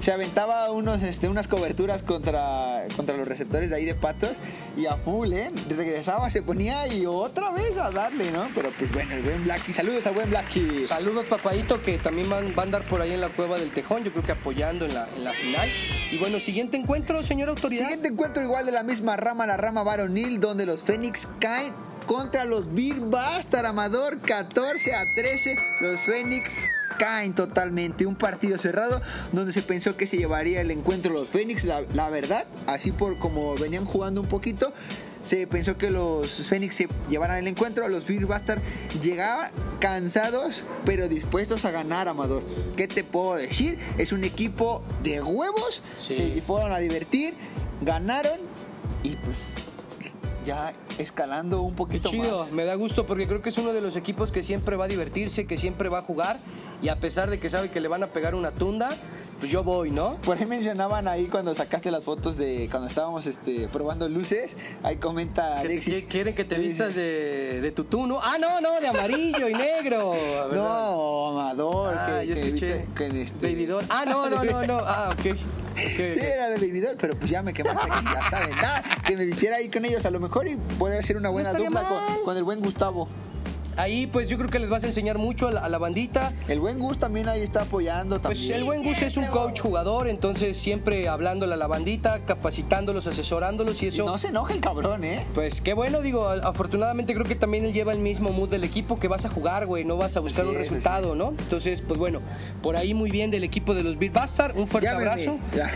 se aventaba unos, este, unas coberturas contra, contra los receptores de ahí de Patos y a full, ¿eh? Regresaba, se ponía y otra vez a darle, ¿no? Pero pues bueno, el buen Blacky, saludos al buen Blacky. Saludos, papadito, que también van, van a andar por ahí en la Cueva del Tejón, yo creo que apoyando en la, en la final. Y bueno, siguiente encuentro, señor autoridad. Siguiente encuentro igual de la misma rama, la rama varonil, donde los Fénix caen contra los Beer Bastard, Amador, catorce a trece. Los Fénix caen totalmente. Un partido cerrado donde se pensó que se llevaría el encuentro los Fénix. La, la verdad, así por como venían jugando un poquito, se pensó que los Fénix se llevaran el encuentro. Los Beer Bastard llegaban cansados, pero dispuestos a ganar, Amador. ¿Qué te puedo decir? Es un equipo de huevos. Sí. Se fueron a divertir, ganaron y pues ya escalando un poquito Qué chido, más. Me da gusto porque creo que es uno de los equipos que siempre va a divertirse, que siempre va a jugar, y a pesar de que sabe que le van a pegar una tunda, pues yo voy, ¿no? Por ahí mencionaban ahí cuando sacaste las fotos de cuando estábamos este, probando luces, ahí comenta Que te- Alexis. que quieren que te vistas de, de tutú, ¿no? Ah, no, no, de amarillo y negro. ¿verdad? No, Amador. Ah, que, yo que escuché. viste que este- Baby doll. Ah, no, no, no, no. Ah, ok. Okay, Sí, era de Baby Doll, pero pues ya me quemaste aquí, ya saben. Nada, que me vistiera ahí con ellos a lo mejor y puede hacer una buena estaría dupla con, mal. con el buen Gustavo. Ahí, pues yo creo que les vas a enseñar mucho a la, a la bandita. El buen Gus también ahí está apoyando Pues también. el buen Gus es un coach jugador, entonces siempre hablándole a la bandita, capacitándolos, asesorándolos y Y eso. no se enoja el cabrón, ¿eh? Pues qué bueno, digo, a- afortunadamente creo que también él lleva el mismo mood del equipo, que vas a jugar, güey, no vas a buscar Así un es, resultado, ¿no? Entonces, pues bueno, por ahí muy bien del equipo de los Beer Bastard, un fuerte Llámeme, abrazo. ya.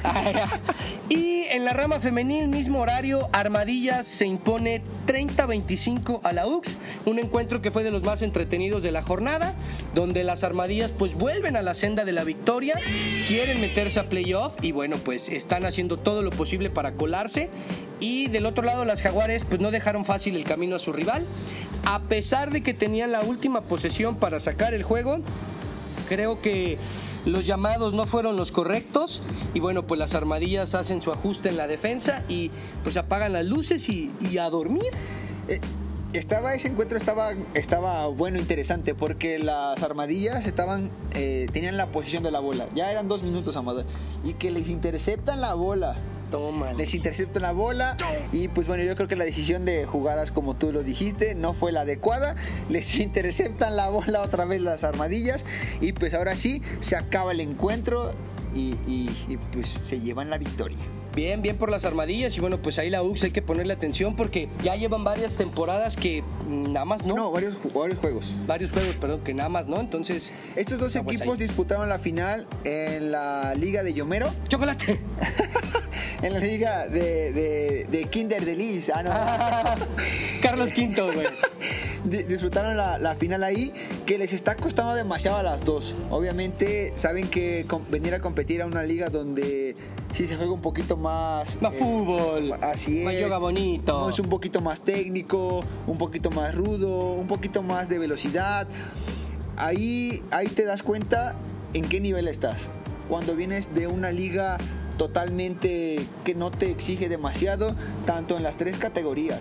Y en la rama femenil, mismo horario, Armadillas se impone treinta a veinticinco a la U X, un encuentro que fue de los más entretenidos de la jornada, donde las Armadillas pues vuelven a la senda de la victoria, quieren meterse a playoff y bueno, pues están haciendo todo lo posible para colarse. Y del otro lado, las Jaguares pues no dejaron fácil el camino a su rival, a pesar de que tenían la última posesión para sacar el juego. Creo que los llamados no fueron los correctos y bueno, pues las Armadillas hacen su ajuste en la defensa y pues apagan las luces y, y a dormir. Eh, Estaba, ese encuentro estaba, estaba bueno, interesante, porque las Armadillas estaban, eh, tenían la posición de la bola. Ya eran dos minutos, Amador. Y que les interceptan la bola. Toma. Les interceptan la bola. Y pues bueno, yo creo que la decisión de jugadas, como tú lo dijiste, no fue la adecuada. Les interceptan la bola otra vez las Armadillas. Y pues ahora sí, se acaba el encuentro. Y, y, y pues se llevan la victoria. Bien, bien por las Armadillas y bueno, pues ahí la U X hay que ponerle atención porque ya llevan varias temporadas que nada más no. No, varios, varios juegos. Varios juegos, perdón, que nada más no, entonces... Estos dos aguas equipos ahí. disputaron la final en la Liga de Yomero. ¡Chocolate! En la Liga de, de, de Kinder de Liz. Ah, no. Carlos Quinto, güey. Di- Disfrutaron la, la final ahí, que les está costando demasiado a las dos. Obviamente saben que com- venir a competir a una liga donde sí se juega un poquito más... Más eh, fútbol. Así es. Más yoga bonito. No, es un poquito más técnico, un poquito más rudo, un poquito más de velocidad. Ahí, ahí te das cuenta en qué nivel estás. Cuando vienes de una liga totalmente que no te exige demasiado, tanto en las tres categorías.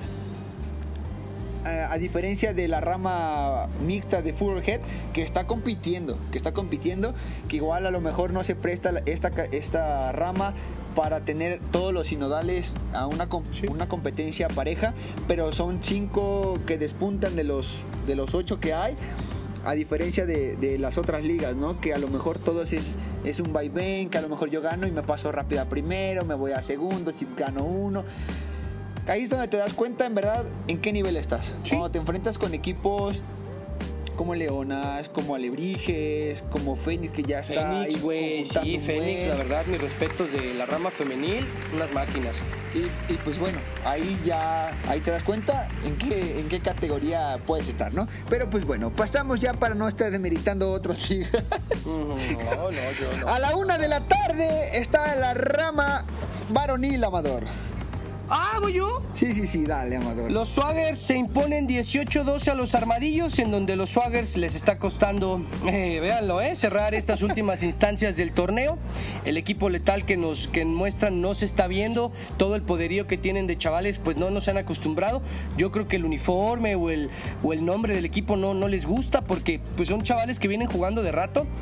A, a diferencia de la rama mixta de Fullhead, que está compitiendo, que está compitiendo, que igual a lo mejor no se presta la- esta, ca- esta rama para tener todos los sinodales a una, com- Sí. una competencia pareja, pero son cinco que despuntan de los, de los ocho que hay. A diferencia de, de las otras ligas, ¿no? Que a lo mejor todos es, es un vaivén, que a lo mejor yo gano y me paso rápido a primero, me voy a segundo, si gano uno. Ahí es donde te das cuenta, en verdad, en qué nivel estás. Sí. Cuando te enfrentas con equipos como Leonas, como Alebrijes, como Fénix, que ya está Fénix, ahí güey, conjuntando sí, un Fénix, buen. la verdad, mis respetos de la rama femenil, unas máquinas. Y, y pues bueno, ahí ya, ahí te das cuenta en qué, en qué categoría puedes estar, ¿no? Pero pues bueno, pasamos ya para no estar demeritando otros ligas. Ujú, No, no, yo no. A la una de la tarde está la rama varonil, Amador. Ah, ¿voy yo? Sí, sí, sí, dale, Amador. Los Swaggers se imponen dieciocho doce a los Armadillos, en donde los Swaggers les está costando, eh, véanlo, eh, cerrar estas últimas instancias del torneo. El equipo letal que nos que muestran no se está viendo, todo el poderío que tienen de chavales pues no nos han acostumbrado. Yo creo que el uniforme o el, o el nombre del equipo no, no les gusta porque pues son chavales que vienen jugando de rato.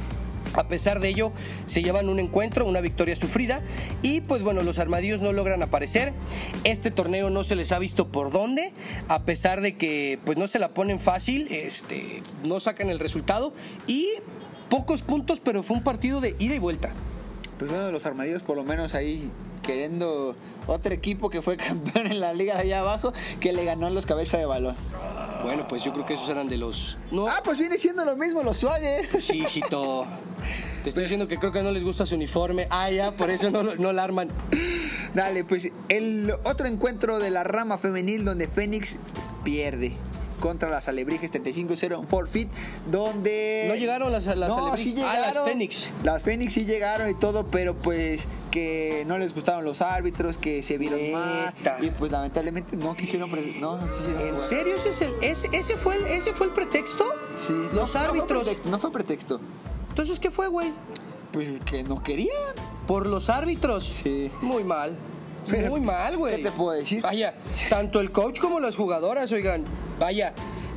A pesar de ello, se llevan un encuentro, una victoria sufrida y pues bueno, los armadillos no logran aparecer. Este torneo no se les ha visto por dónde, a pesar de que pues no se la ponen fácil, este, no sacan el resultado y pocos puntos, pero fue un partido de ida y vuelta. Pues bueno, los armadillos por lo menos ahí queriendo otro equipo que fue campeón en la liga de allá abajo, que le ganó a los cabezas de balón. Bueno, pues yo creo que esos eran de los... ¿no? Ah, pues viene siendo lo mismo los Swagger. Sí, hijito. Te estoy diciendo que creo que no les gusta su uniforme. Ah, ya, por eso no, no la arman. Dale, pues el otro encuentro de la rama femenil donde Fénix pierde contra las Alebrijes treinta y cinco cero en forfeit, donde... No llegaron las, las no, Alebrijes. Sí llegaron, ah, las Fénix. Las Fénix sí llegaron y todo, pero pues que no les gustaron los árbitros, que se vieron mal y pues lamentablemente no quisieron... Pre- no, no quisieron ¿En jugar. serio? ¿Ese, es el, ese, ese, fue el, ¿Ese fue el pretexto? Sí. Los no, árbitros. No fue pretexto. No fue pretexto. Entonces, ¿qué fue, güey? Pues que no querían. Por los árbitros. Sí. Muy mal. Pero, Muy mal, güey. ¿qué te puedo decir? Vaya, tanto el coach como las jugadoras, oigan, vaya,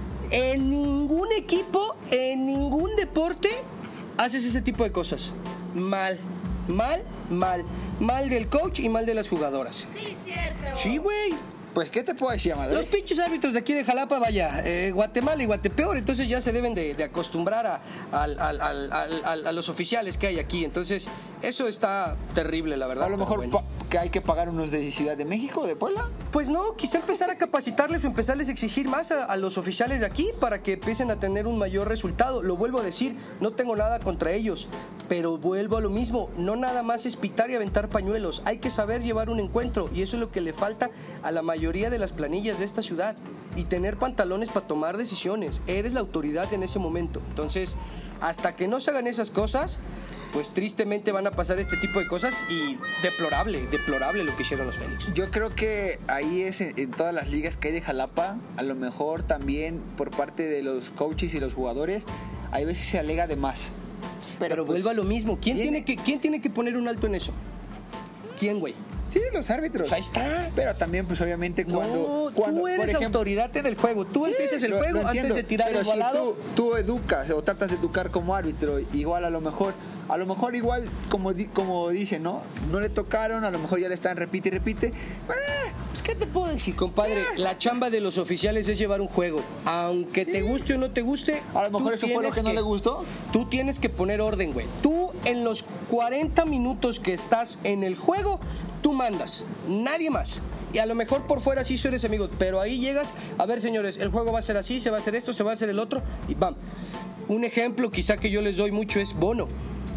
en ningún equipo, en ningún deporte, haces ese tipo de cosas. Mal, mal, mal. Mal del coach y mal de las jugadoras. Sí, cierto. Sí, güey. Pues, ¿qué te puedo decir, Amador? Los pinches árbitros de aquí de Jalapa, vaya, eh, Guatemala y Guatepeor, entonces ya se deben de, de acostumbrar a, al- al- al- al- al- a los oficiales que hay aquí. Entonces, eso está terrible, la verdad. A lo pero mejor bueno. pa- que hay que pagar unos de Ciudad de México, de Puebla. Pues no, quizá empezar a capacitarles o empezarles a exigir más a, a los oficiales de aquí para que empiecen a tener un mayor resultado. Lo vuelvo a decir, no tengo nada contra ellos, pero vuelvo a lo mismo, no nada más es pitar y aventar pañuelos, hay que saber llevar un encuentro y eso es lo que le falta a la mayoría de las planillas de esta ciudad y tener pantalones para tomar decisiones. Eres la autoridad en ese momento, entonces hasta que no se hagan esas cosas, pues tristemente van a pasar este tipo de cosas y deplorable, deplorable lo que hicieron los Fénix. Yo creo que ahí es en, en todas las ligas que hay de Jalapa, a lo mejor también por parte de los coaches y los jugadores, hay veces se alega de más. Pero, pues, vuelvo a lo mismo. ¿Quién viene- tiene, que, ¿Quién tiene que poner un alto en eso? ¿Quién, güey? Sí, los árbitros. Pues ahí está. Pero también, pues obviamente cuando... no, cuando tú eres por ejemplo, autoridad en el juego. Tú Sí, empiezas el lo- juego lo antes entiendo, de tirar pero el si balado. tú, tú educas o tratas de educar como árbitro, igual a lo mejor, a lo mejor igual como, di- como dicen, ¿no? No le tocaron, a lo mejor ya le están repite y repite. Eh, pues ¿qué te puedo decir? Compadre, la chamba de los oficiales es llevar un juego. Aunque te guste o no te guste. A lo mejor tú eso fue lo tienes que no le gustó. Tú tienes que poner orden, güey. Tú en los cuarenta minutos que estás en el juego, tú mandas. Nadie más. Y a lo mejor por fuera sí eres amigo, pero ahí llegas, a ver señores, el juego va a ser así, se va a hacer esto, se va a hacer el otro, y bam. Un ejemplo quizá que yo les doy mucho es Bono.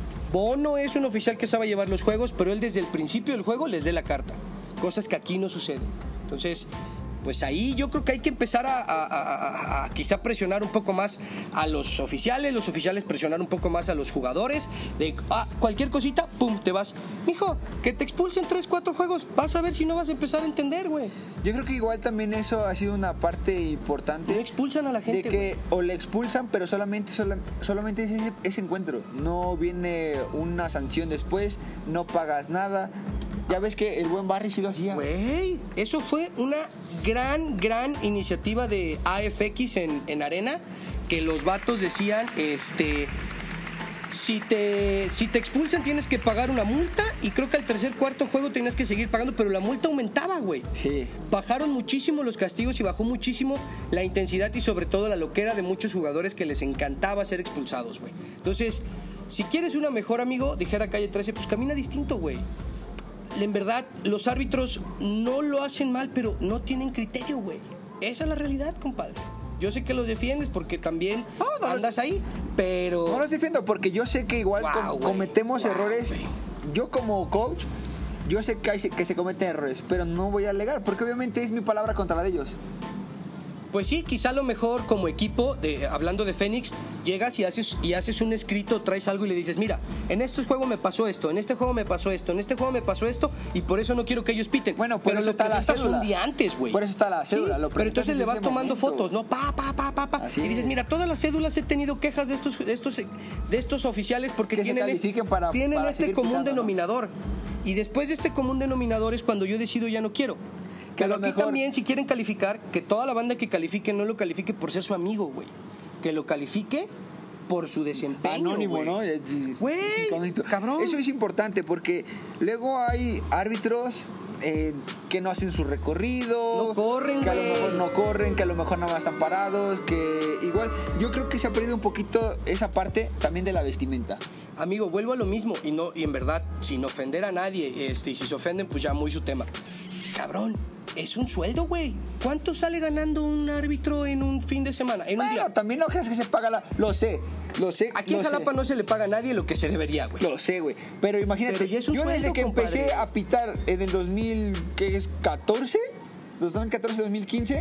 Bono es un oficial que sabe llevar los juegos, pero él desde el principio del juego les dé la carta. Cosas que aquí no suceden. Entonces, pues ahí yo creo que hay que empezar a, a- a- a- a quizá presionar un poco más a los oficiales, los oficiales presionar un poco más a los jugadores, de ah, cualquier cosita, pum, te vas. Mijo, que te expulsen tres, cuatro juegos, vas a ver si no vas a empezar a entender, güey. Yo creo que igual también eso ha sido una parte importante. No expulsan a la gente, de que güey. o le expulsan, pero solamente sola- solamente es ese, ese encuentro. No viene una sanción después, no pagas nada. Ya ves que el buen Barry sí lo hacía. Güey, eso fue una gran, gran iniciativa de A F X en, en Arena, que los vatos decían, este, si te, si te expulsan tienes que pagar una multa y creo que al tercer, cuarto juego tenías que seguir pagando, pero la multa aumentaba, güey. Sí. Bajaron muchísimo los castigos y bajó muchísimo la intensidad y sobre todo la loquera de muchos jugadores que les encantaba ser expulsados, güey. Entonces, si quieres una mejor, amigo, dijera Calle trece, pues camina distinto, güey. En verdad, los árbitros no lo hacen mal, pero no tienen criterio, güey. Esa es la realidad, compadre. Yo sé que los defiendes porque también No, no los- andas ahí, pero... No los defiendo porque yo sé que igual Wow, com- güey. cometemos Wow, errores. güey. Yo como coach, yo sé que, hay- que se cometen errores, pero no voy a alegar porque obviamente es mi palabra contra la de ellos. Pues sí, quizá a lo mejor como equipo, de, hablando de Fénix, llegas y haces, y haces un escrito, traes algo y le dices, mira, en este juego me pasó esto, en este juego me pasó esto, en este juego me pasó esto, y por eso no quiero que ellos piten. Bueno, por pero eso lo está la presentas cédula. un día antes, güey. Por eso está la cédula, Sí, lo pero entonces presentas le en vas ese tomando momento. fotos, ¿no? Pa, pa, pa, pa, pa. Así Y dices, es. mira, todas las cédulas he tenido quejas de estos, de estos, de estos oficiales porque Que se tienen, califiquen para- tienen para este seguir común pitando, ¿no? denominador. Y después de este común denominador es cuando yo decido ya no quiero. Que a Pero lo aquí mejor- también, si quieren calificar, que toda la banda que califique no lo califique por ser su amigo, güey. Que lo califique por su desempeño. Anónimo, güey. ¿no? Güey, cabrón. Eso es importante porque luego hay árbitros eh, que no hacen su recorrido, No corren, que a lo güey. mejor no corren, que a lo mejor nada más están parados, que igual yo creo que se ha perdido un poquito esa parte también de la vestimenta. Amigo, vuelvo a lo mismo y no y en verdad, sin ofender a nadie, este, y si se ofenden, pues ya muy su tema. Cabrón, es un sueldo, güey. ¿Cuánto sale ganando un árbitro en un fin de semana? En un Bueno, día. también no creas que se paga la... Lo sé, lo sé. Aquí en lo sé. Jalapa no se le paga a nadie lo que se debería, güey. Lo sé, güey. Pero imagínate, Pero ya es un yo desde sueldo, que empecé compadre. a pitar en el dos mil, ¿qué es? ¿catorce? dos mil catorce, dos mil quince,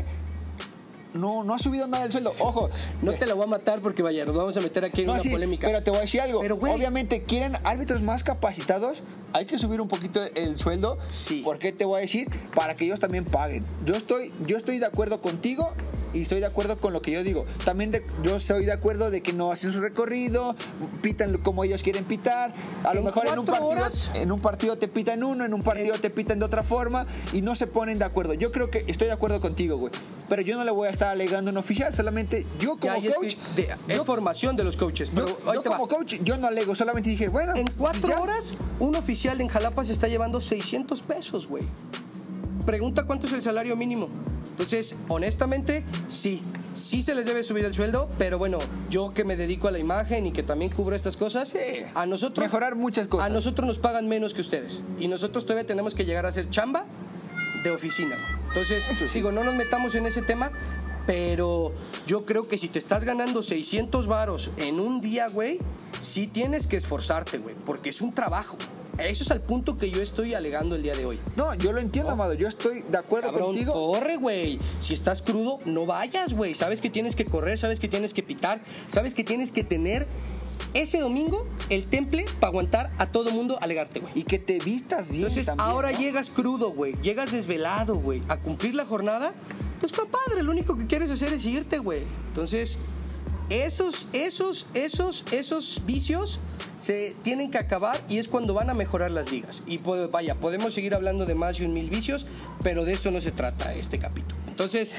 no, no ha subido nada el sueldo. Ojo. No te la voy a matar porque vaya, nos vamos a meter aquí en No, una sí, polémica. pero te voy a decir algo. Pero, güey. Obviamente, quieren árbitros más capacitados. Hay que subir un poquito el sueldo. Sí. ¿Por qué te voy a decir? Para que ellos también paguen. Yo estoy, yo estoy de acuerdo contigo y estoy de acuerdo con lo que yo digo. También de- yo soy de acuerdo de que no hacen su recorrido, pitan como ellos quieren pitar. A lo ¿En mejor en un, cuatro partido, horas? en un partido te pitan uno, en un partido te pitan de otra forma y no se ponen de acuerdo. Yo creo que estoy de acuerdo contigo, güey. Pero yo no le voy a estar alegando un oficial, solamente yo como Ya, ya es coach. que de- es yo- formación de los coaches. Pero yo, ahí yo te va. como coach, yo no alego, solamente dije, bueno, En cuatro ya. horas, un oficial en Jalapa se está llevando seiscientos pesos, güey. Pregunta cuánto es el salario mínimo. Entonces, honestamente, sí, sí se les debe subir el sueldo, pero bueno, yo que me dedico a la imagen y que también cubro estas cosas, a nosotros... Mejorar muchas cosas. A nosotros nos pagan menos que ustedes. Y nosotros todavía tenemos que llegar a hacer chamba de oficina. Entonces, Eso sí. digo, no nos metamos en ese tema, pero yo creo que si te estás ganando seiscientos varos en un día, güey, sí tienes que esforzarte, güey, porque es un trabajo. Eso es al punto que yo estoy alegando el día de hoy. No, yo lo entiendo, Amado. Yo estoy de acuerdo Cabrón, contigo. corre, güey. Si estás crudo, no vayas, güey. Sabes que tienes que correr, sabes que tienes que pitar, sabes que tienes que tener ese domingo el temple para aguantar a todo mundo alegarte, güey. Y que te vistas bien. Entonces, también, ahora ¿no? llegas crudo, güey. Llegas desvelado, güey. A cumplir la jornada, pues compadre, lo único que quieres hacer es irte, güey. Entonces, esos, esos, esos, esos vicios se tienen que acabar y es cuando van a mejorar las ligas. Y pues, vaya, podemos seguir hablando de más de un mil vicios, pero de eso no se trata este capítulo. Entonces,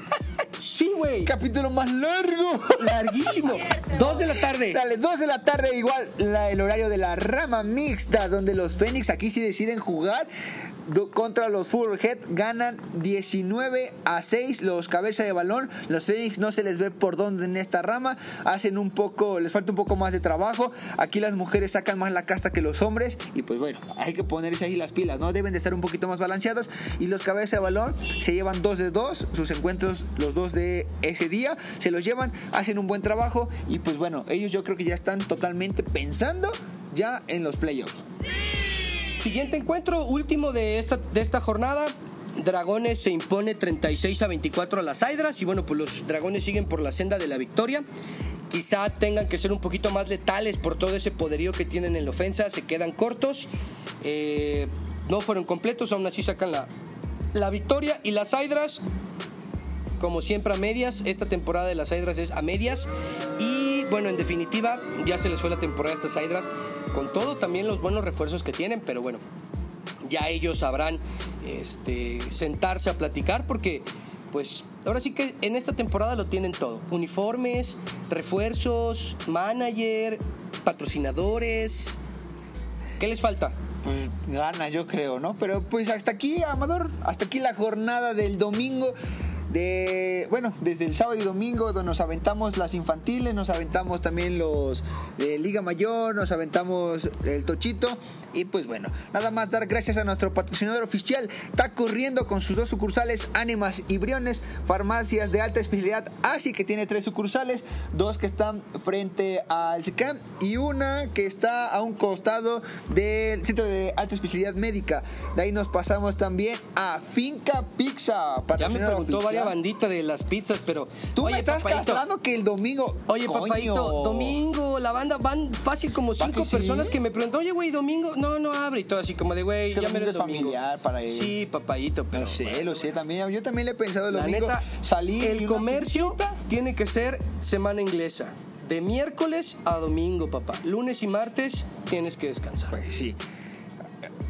sí, güey. Capítulo más largo. Larguísimo. Dos de la tarde. Dale, dos de la tarde, igual la- el horario de la rama mixta, donde los Fénix aquí sí deciden jugar do- contra los Fullhead. Ganan diecinueve a seis los cabeza de balón. Los Fénix no se les ve por dónde en esta rama. Hacen un poco, les falta un poco más de trabajo. Aquí las mujeres sacan más la casta que los hombres. Y pues bueno, hay que ponerse ahí las pilas, ¿no? Deben de estar un poquito más balanceados. Y los cabeza de balón se llevan dos de dos. Sus encuentros, los dos de ese día, se los llevan, hacen un buen trabajo. Y pues bueno, ellos yo creo que ya están totalmente pensando ya en los playoffs. Siguiente encuentro, último de esta, de esta jornada. Dragones se impone treinta y seis a veinticuatro a las Hydras. Y bueno, pues los Dragones siguen por la senda de la victoria. Quizá tengan que ser un poquito más letales por todo ese poderío que tienen en la ofensa. Se quedan cortos. Eh, no fueron completos, aún así sacan la, la victoria. Y las Hydras, como siempre, a medias. Esta temporada de las Hydras es a medias. Y bueno, en definitiva, ya se les fue la temporada a estas Hydras. Con todo, también los buenos refuerzos que tienen. Pero bueno, ya ellos sabrán este, sentarse a platicar. Porque, pues, ahora sí que en esta temporada lo tienen todo. Uniformes, refuerzos, manager, patrocinadores. ¿Qué les falta? Pues gana, yo creo, ¿no? Pero pues hasta aquí, Amador, hasta aquí la jornada del domingo. De, bueno, desde el sábado y domingo donde nos aventamos las infantiles, nos aventamos también los de Liga Mayor, nos aventamos el Tochito. Y pues bueno, nada más dar gracias a nuestro patrocinador oficial. Está corriendo con sus dos sucursales, Ánimas y Briones, farmacias de alta especialidad. Así que tiene tres sucursales, dos que están frente al S I C A M y una que está a un costado del centro de alta especialidad médica. De ahí nos pasamos también a Finca Pizza, Ya me patrocinador preguntó oficial. varias bandita de las pizzas, pero... Tú Oye, me estás papadito, castrando que el domingo. Oye, coño. papadito, domingo, la banda, van fácil como ¿Va cinco que sí? personas que me preguntan, oye, güey, domingo, no, no abre, y todo así como de, güey, Es que ya me domingo el es domingo. familiar para él. Sí, papadito, pero... Lo sé, bueno, lo sé también. Yo también le he pensado el La domingo neta, salir. y el una comercio pizzita. tiene que ser semana inglesa. De miércoles a domingo, papá. Lunes y martes tienes que descansar. Pues sí.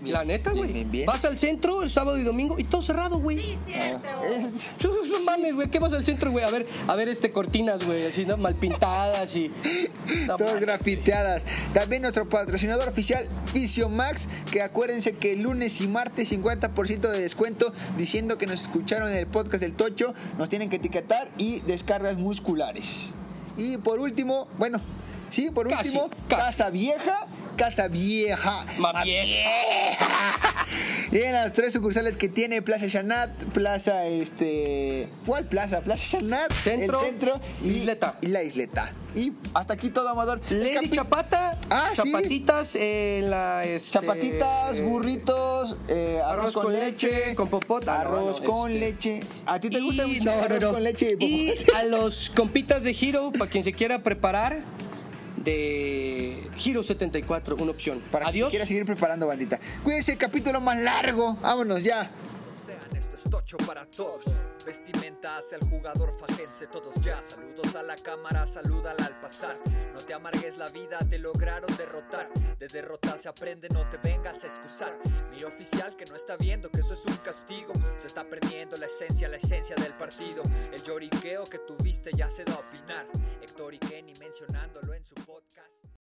La neta, bien, güey. bien, bien. Vas al centro el sábado y domingo y todo cerrado, güey. Ah, es- No mames, güey, ¿qué vas al centro, güey? A ver, a ver este cortinas, güey, así, ¿no? Mal pintadas y... No, Todas mames. grafiteadas. También nuestro patrocinador oficial, Fisiomax, que acuérdense que lunes y martes cincuenta por ciento de descuento diciendo que nos escucharon en el podcast del Tocho, nos tienen que etiquetar y descargas musculares. Y por último, bueno, sí, por Casi, último, casi. Casa Vieja, Casa Vieja. Ma vieja. Y en las tres sucursales que tiene Plaza Chanat, Plaza este... ¿Cuál plaza? Plaza Chanat, Centro, el centro y, Isleta. y la Isleta. Y hasta aquí todo, Amador. El Lady capi- Chapata, Ah, sí. chapatitas en la... Este, Chapatitas, burritos, eh, arroz, con, leche, con popota. arroz No, no, con este. leche. ¿A ti te gusta Y, mucho no, el no, arroz no. con leche y Y popota? a los compitas de Hero, para quien se quiera preparar, de Hero setenta y cuatro, una opción. Para Adiós. que quiera seguir preparando, bandita. Cuídense, capítulo más largo. Vámonos ya. Sean, esto es Tocho para todos. Vestimenta hacia el jugador fajense, todos ya. Saludos a la cámara, salúdala al pasar. No te amargues la vida, te lograron derrotar. De derrotar se aprende, no te vengas a excusar. Mira oficial que no está viendo que eso es un castigo. Se está perdiendo la esencia, la esencia del partido. El lloriqueo que tuviste ya se da a opinar. Héctor y Kenny mencionándolo en su podcast.